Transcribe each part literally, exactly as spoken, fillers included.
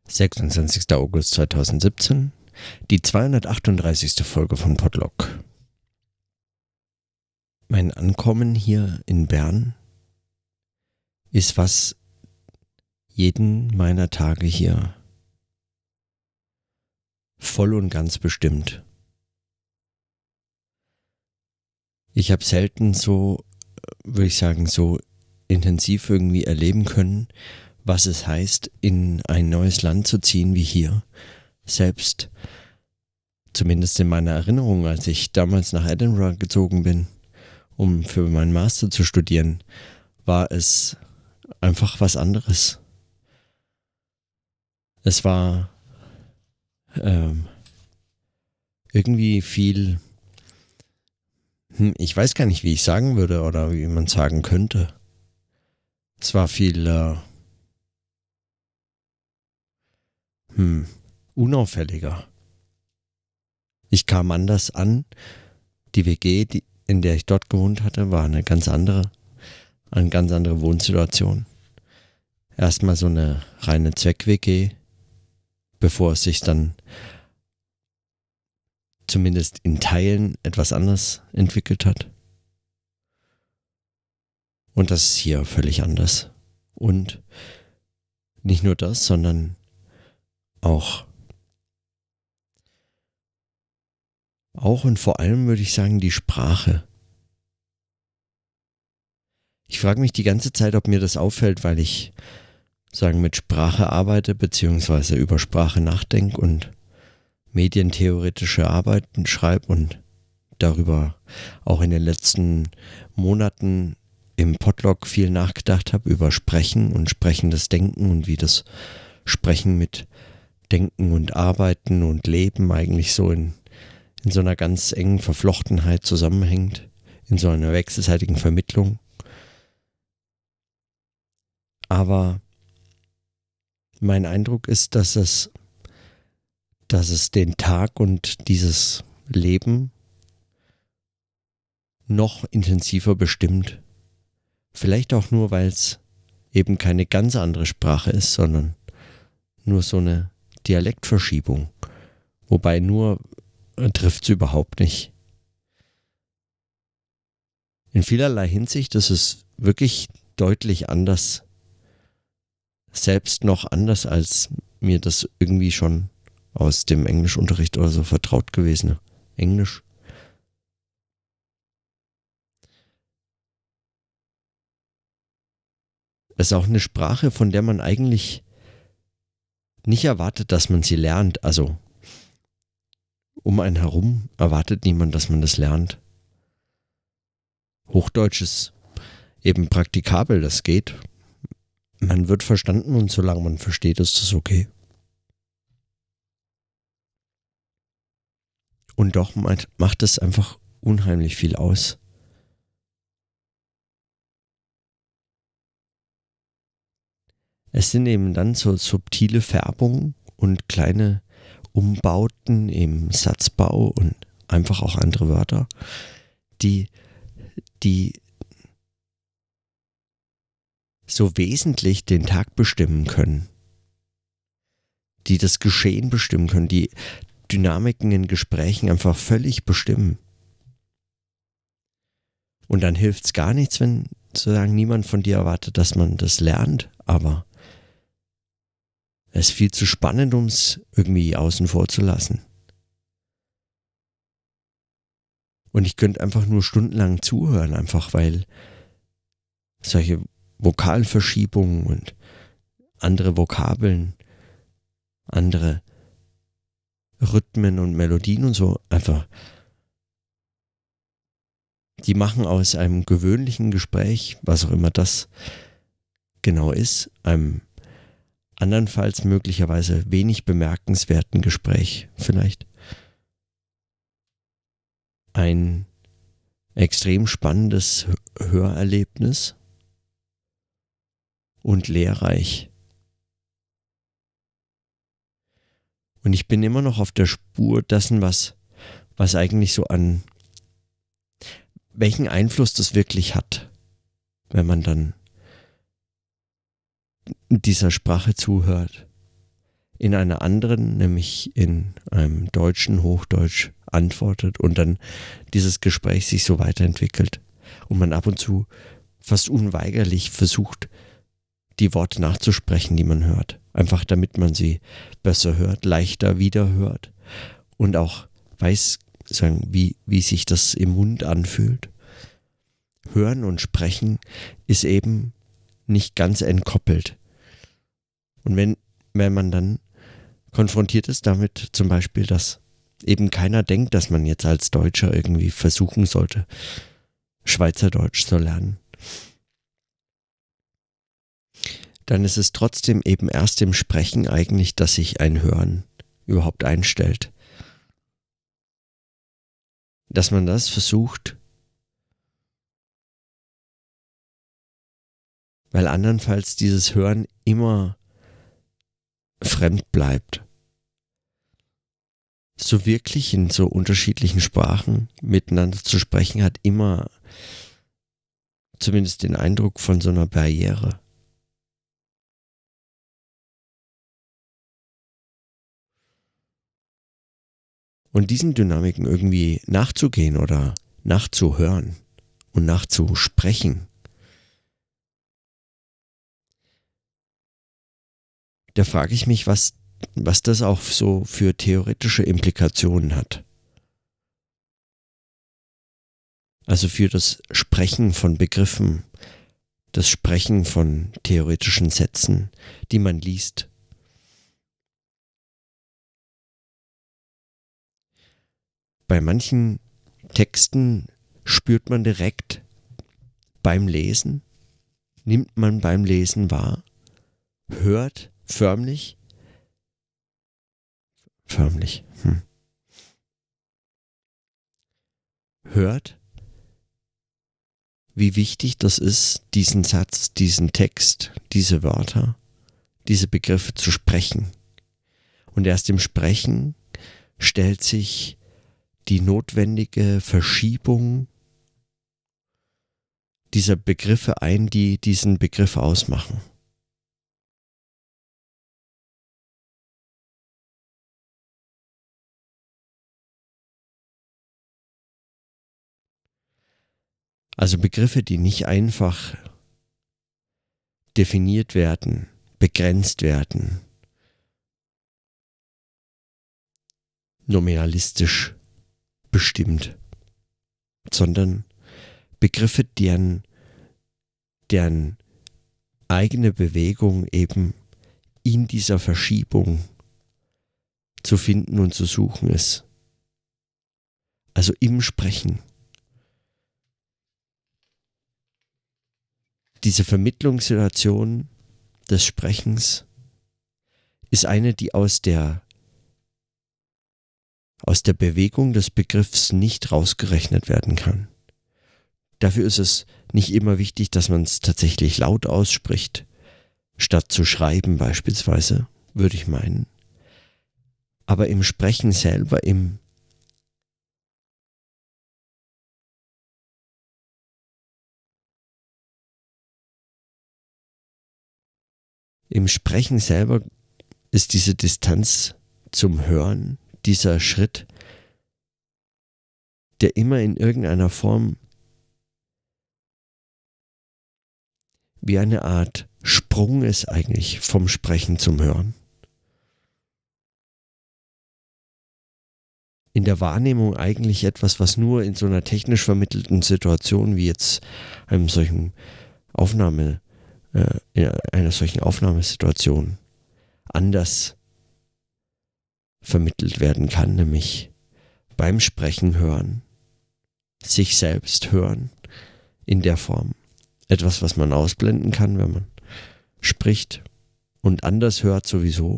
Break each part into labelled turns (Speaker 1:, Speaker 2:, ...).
Speaker 1: sechsundzwanzigster August zweitausendsiebzehn, die zweihundertachtunddreißigste Folge von Podlog. Mein Ankommen hier in Bern ist, was jeden meiner Tage hier voll und ganz bestimmt. Ich habe selten so, würde ich sagen, so intensiv irgendwie erleben können, was es heißt, in ein neues Land zu ziehen wie hier. Selbst, zumindest in meiner Erinnerung, als ich damals nach Edinburgh gezogen bin, um für meinen Master zu studieren, war es einfach was anderes. Es war ähm, irgendwie viel, hm, ich weiß gar nicht, wie ich sagen würde oder wie man sagen könnte. Es war viel äh, hm, unauffälliger. Ich kam anders an. Die W G, die, in der ich dort gewohnt hatte, war eine ganz andere, eine ganz andere Wohnsituation. Erstmal so eine reine Zweck-W G, bevor es sich dann zumindest in Teilen etwas anders entwickelt hat. Und das ist hier völlig anders. Und nicht nur das, sondern auch, auch und vor allem würde ich sagen, die Sprache. Ich frage mich die ganze Zeit, ob mir das auffällt, weil ich sagen mit Sprache arbeite, beziehungsweise über Sprache nachdenke und medientheoretische Arbeiten schreibe und darüber auch in den letzten Monaten im Podlog viel nachgedacht habe, über Sprechen und sprechendes Denken und wie das Sprechen mit Denken und Arbeiten und Leben eigentlich so in, in so einer ganz engen Verflochtenheit zusammenhängt, in so einer wechselseitigen Vermittlung. Aber mein Eindruck ist, dass es, dass es den Tag und dieses Leben noch intensiver bestimmt. Vielleicht auch nur, weil es eben keine ganz andere Sprache ist, sondern nur so eine Dialektverschiebung. Wobei nur äh, trifft es überhaupt nicht. In vielerlei Hinsicht ist es wirklich deutlich anders. Selbst noch anders, als mir das irgendwie schon aus dem Englischunterricht oder so vertraut gewesen. Englisch. Es ist auch eine Sprache, von der man eigentlich nicht erwartet, dass man sie lernt. Also um einen herum erwartet niemand, dass man das lernt. Hochdeutsch ist eben praktikabel, das geht. Man wird verstanden und solange man versteht, ist das okay. Und doch macht es einfach unheimlich viel aus. Es sind eben dann so subtile Färbungen und kleine Umbauten im Satzbau und einfach auch andere Wörter, die, die so wesentlich den Tag bestimmen können, die das Geschehen bestimmen können, die Dynamiken in Gesprächen einfach völlig bestimmen. Und dann hilft es gar nichts, wenn sozusagen niemand von dir erwartet, dass man das lernt, aber es ist viel zu spannend, um es irgendwie außen vor zu lassen. Und ich könnte einfach nur stundenlang zuhören, einfach weil solche Vokalverschiebungen und andere Vokabeln, andere Rhythmen und Melodien und so einfach, die machen aus einem gewöhnlichen Gespräch, was auch immer das genau ist, einem andernfalls möglicherweise wenig bemerkenswerten Gespräch vielleicht, ein extrem spannendes Hörerlebnis und lehrreich. Und ich bin immer noch auf der Spur dessen, was, was eigentlich so an, welchen Einfluss das wirklich hat, wenn man dann dieser Sprache zuhört. in einer anderen, nämlich in einem deutschen Hochdeutsch antwortet und dann dieses Gespräch sich so weiterentwickelt und man ab und zu fast unweigerlich versucht, die Worte nachzusprechen, die man hört. Einfach damit man sie besser hört, leichter wiederhört und auch weiß, sagen, wie, wie sich das im Mund anfühlt. Hören und Sprechen ist eben nicht ganz entkoppelt. Und wenn, wenn man dann konfrontiert ist damit zum Beispiel, dass eben keiner denkt, dass man jetzt als Deutscher irgendwie versuchen sollte, Schweizerdeutsch zu lernen, dann ist es trotzdem eben erst im Sprechen eigentlich, dass sich ein Hören überhaupt einstellt. Dass man das versucht, weil andernfalls dieses Hören immer fremd bleibt. So wirklich in so unterschiedlichen Sprachen miteinander zu sprechen, hat immer zumindest den Eindruck von so einer Barriere. Und diesen Dynamiken irgendwie nachzugehen oder nachzuhören und nachzusprechen, da frage ich mich, was, was das auch so für theoretische Implikationen hat. Also für das Sprechen von Begriffen, das Sprechen von theoretischen Sätzen, die man liest. Bei manchen Texten spürt man direkt beim Lesen, nimmt man beim Lesen wahr, hört förmlich, förmlich, hm, hört, wie wichtig das ist, diesen Satz, diesen Text, diese Wörter, diese Begriffe zu sprechen. Und erst im Sprechen stellt sich die notwendige Verschiebung dieser Begriffe ein, die diesen Begriff ausmachen. Also Begriffe, die nicht einfach definiert werden, begrenzt werden, nominalistisch bestimmt, sondern Begriffe, deren, deren eigene Bewegung eben in dieser Verschiebung zu finden und zu suchen ist. Also im Sprechen. Diese Vermittlungssituation des Sprechens ist eine, die aus der, aus der Bewegung des Begriffs nicht rausgerechnet werden kann. Dafür ist es nicht immer wichtig, dass man es tatsächlich laut ausspricht, statt zu schreiben beispielsweise, würde ich meinen. Aber im Sprechen selber, im Im Sprechen selber ist diese Distanz zum Hören, dieser Schritt, der immer in irgendeiner Form wie eine Art Sprung ist eigentlich vom Sprechen zum Hören. In der Wahrnehmung eigentlich etwas, was nur in so einer technisch vermittelten Situation wie jetzt einem solchen Aufnahme in einer solchen Aufnahmesituation anders vermittelt werden kann, nämlich beim Sprechen hören, sich selbst hören in der Form. Etwas, was man ausblenden kann, wenn man spricht und anders hört sowieso.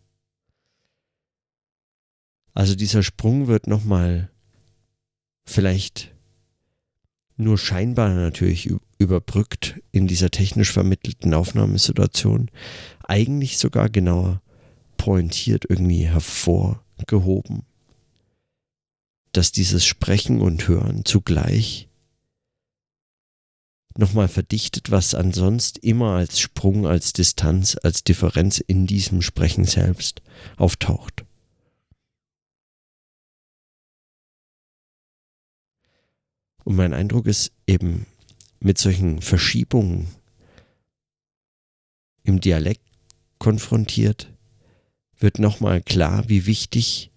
Speaker 1: Also dieser Sprung wird nochmal vielleicht nur scheinbar natürlich überbrückt in dieser technisch vermittelten Aufnahmesituation, eigentlich sogar genauer pointiert irgendwie hervorgehoben, dass dieses Sprechen und Hören zugleich nochmal verdichtet, was ansonsten immer als Sprung, als Distanz, als Differenz in diesem Sprechen selbst auftaucht. Und mein Eindruck ist eben, mit solchen Verschiebungen im Dialekt konfrontiert, wird nochmal klar, wie wichtig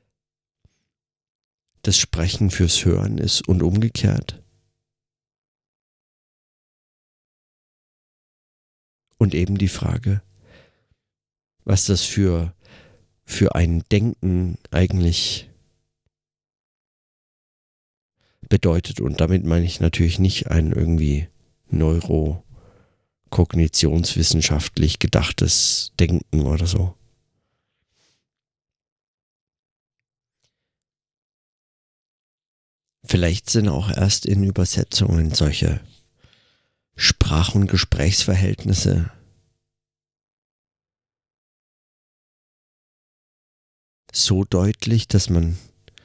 Speaker 1: das Sprechen fürs Hören ist und umgekehrt. Und eben die Frage, was das für, für ein Denken eigentlich bedeutet. Und damit meine ich natürlich nicht ein irgendwie neurokognitionswissenschaftlich gedachtes Denken oder so. Vielleicht sind auch erst in Übersetzungen solche Sprach- und Gesprächsverhältnisse so deutlich, dass man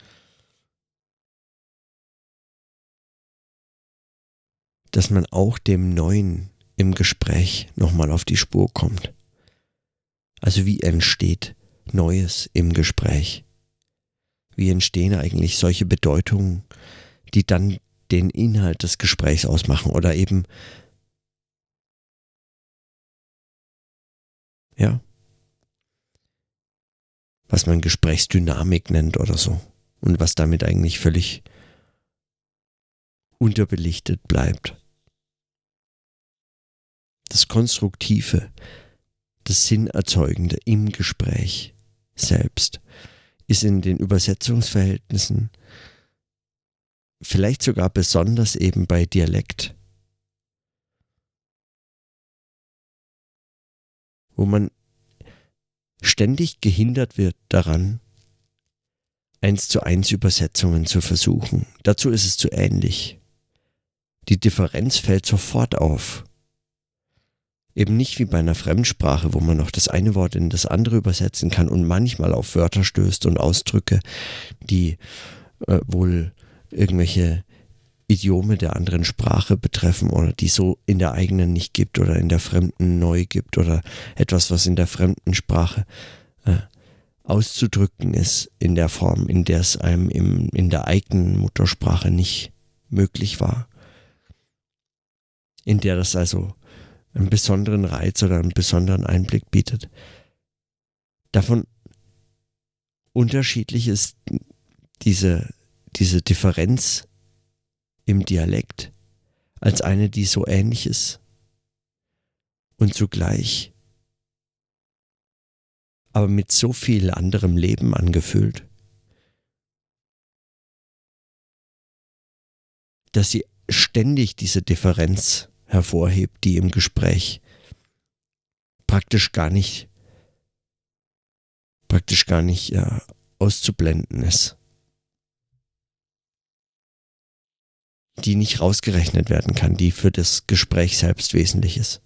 Speaker 1: dass man auch dem Neuen im Gespräch nochmal auf die Spur kommt. Also wie entsteht Neues im Gespräch? Wie entstehen eigentlich solche Bedeutungen, die dann den Inhalt des Gesprächs ausmachen oder eben, ja, was man Gesprächsdynamik nennt oder so und was damit eigentlich völlig unterbelichtet bleibt. Das Konstruktive, das Sinnerzeugende im Gespräch selbst ist in den Übersetzungsverhältnissen vielleicht sogar besonders eben bei Dialekt, wo man ständig gehindert wird daran, eins zu eins Übersetzungen zu versuchen. Dazu ist es zu ähnlich. Die Differenz fällt sofort auf. Eben nicht wie bei einer Fremdsprache, wo man noch das eine Wort in das andere übersetzen kann und manchmal auf Wörter stößt und Ausdrücke, die äh, wohl irgendwelche Idiome der anderen Sprache betreffen oder die so in der eigenen nicht gibt oder in der fremden neu gibt oder etwas, was in der fremden Sprache äh, auszudrücken ist in der Form, in der es einem im, in der eigenen Muttersprache nicht möglich war. In der das also einen besonderen Reiz oder einen besonderen Einblick bietet. Davon unterschiedlich ist diese, diese Differenz im Dialekt als eine, die so ähnlich ist und zugleich aber mit so viel anderem Leben angefüllt, dass sie ständig diese Differenz hervorhebt, die im Gespräch praktisch gar nicht praktisch gar nicht ja, auszublenden ist. Die nicht rausgerechnet werden kann, die für das Gespräch selbst wesentlich ist.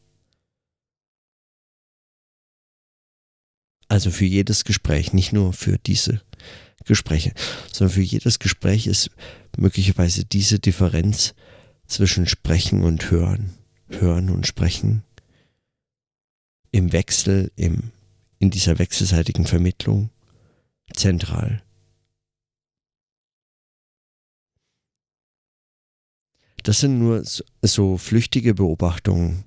Speaker 1: Also für jedes Gespräch, nicht nur für diese Gespräche, sondern für jedes Gespräch ist möglicherweise diese Differenz zwischen Sprechen und Hören, Hören und Sprechen im Wechsel, im, in dieser wechselseitigen Vermittlung zentral. Das sind nur so, so flüchtige Beobachtungen.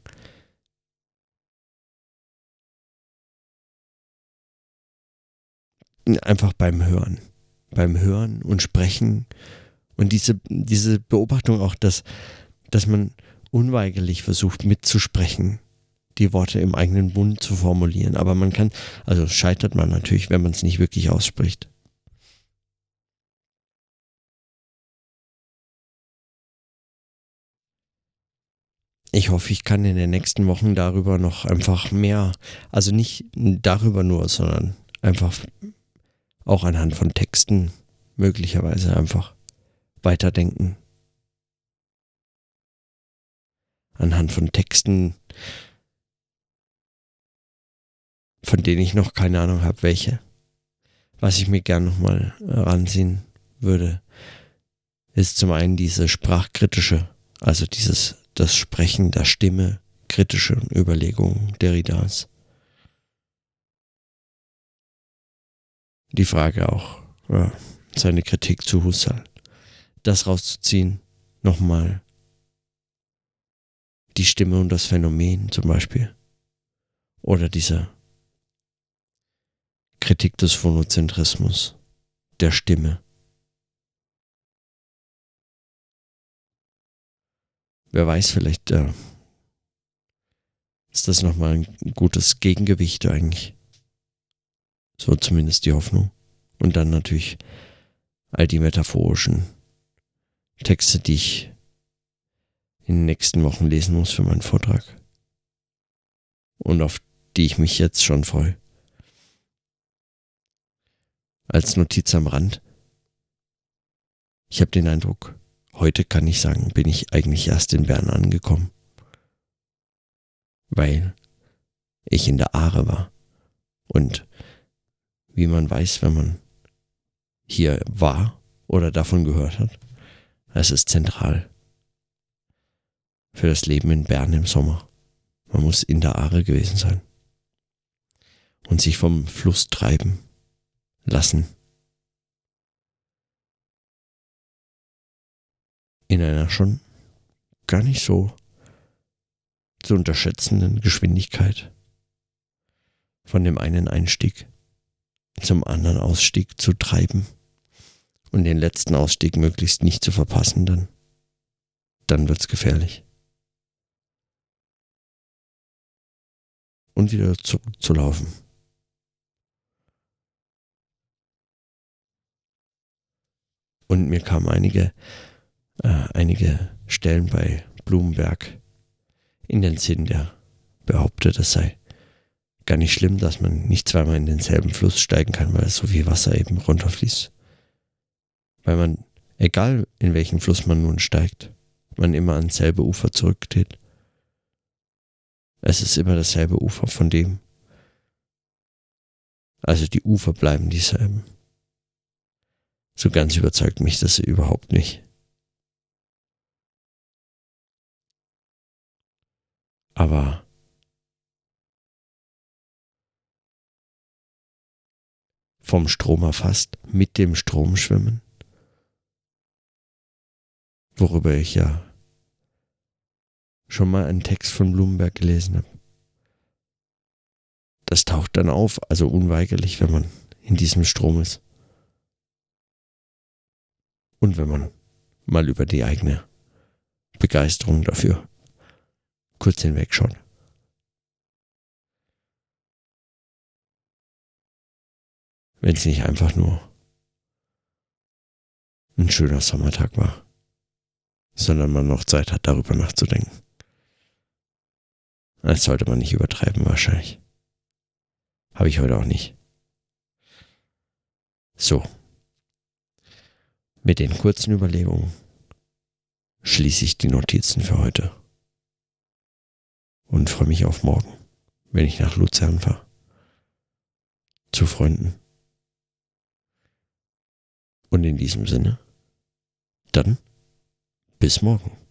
Speaker 1: Einfach beim Hören. Beim Hören und Sprechen. Und diese, diese Beobachtung auch, dass, dass man unweigerlich versucht mitzusprechen, die Worte im eigenen Mund zu formulieren. Aber man kann, also scheitert man natürlich, wenn man es nicht wirklich ausspricht. Ich hoffe, ich kann in den nächsten Wochen darüber noch einfach mehr, also nicht darüber nur, sondern einfach auch anhand von Texten möglicherweise einfach weiterdenken. Anhand von Texten, von denen ich noch keine Ahnung habe, welche. Was ich mir gern nochmal ranziehen würde, ist zum einen diese sprachkritische, also dieses das Sprechen der Stimme, kritische Überlegungen Derridas. Die Frage auch, ja, seine Kritik zu Husserl. Das rauszuziehen, nochmal die Stimme und das Phänomen zum Beispiel. Oder diese Kritik des Phonozentrismus, der Stimme. Wer weiß, vielleicht äh, ist das nochmal ein gutes Gegengewicht eigentlich. So zumindest die Hoffnung. Und dann natürlich all die metaphorischen Texte, die ich in den nächsten Wochen lesen muss für meinen Vortrag. Und auf die ich mich jetzt schon freue. Als Notiz am Rand. Ich habe den Eindruck, heute kann ich sagen, bin ich eigentlich erst in Bern angekommen. Weil ich in der Aare war. Und wie man weiß, wenn man hier war oder davon gehört hat, es ist zentral für das Leben in Bern im Sommer. Man muss in der Aare gewesen sein und sich vom Fluss treiben lassen. In einer schon gar nicht so zu unterschätzenden Geschwindigkeit. Von dem einen Einstieg zum anderen Ausstieg zu treiben und den letzten Ausstieg möglichst nicht zu verpassen, dann, dann wird's gefährlich. Und wieder zurückzulaufen. Und mir kamen einige, äh, einige Stellen bei Blumenberg in den Sinn, der behauptet, es sei gar nicht schlimm, dass man nicht zweimal in denselben Fluss steigen kann, weil so viel Wasser eben runterfließt. Weil man, egal in welchen Fluss man nun steigt, man immer ans selbe Ufer zurückgeht. Es ist immer dasselbe Ufer von dem. Also die Ufer bleiben dieselben. So ganz überzeugt mich das überhaupt nicht. Aber vom Strom erfasst, mit dem Strom schwimmen, worüber ich ja schon mal einen Text von Blumenberg gelesen habe. Das taucht dann auf, also unweigerlich, wenn man in diesem Strom ist. Und wenn man mal über die eigene Begeisterung dafür kurz hinwegschaut. Wenn es nicht einfach nur ein schöner Sommertag war, sondern man noch Zeit hat, darüber nachzudenken. Das sollte man nicht übertreiben, wahrscheinlich. Habe ich heute auch nicht. So. Mit den kurzen Überlegungen schließe ich die Notizen für heute. Und freue mich auf morgen, wenn ich nach Luzern fahre. Zu Freunden. Und in diesem Sinne, dann bis morgen.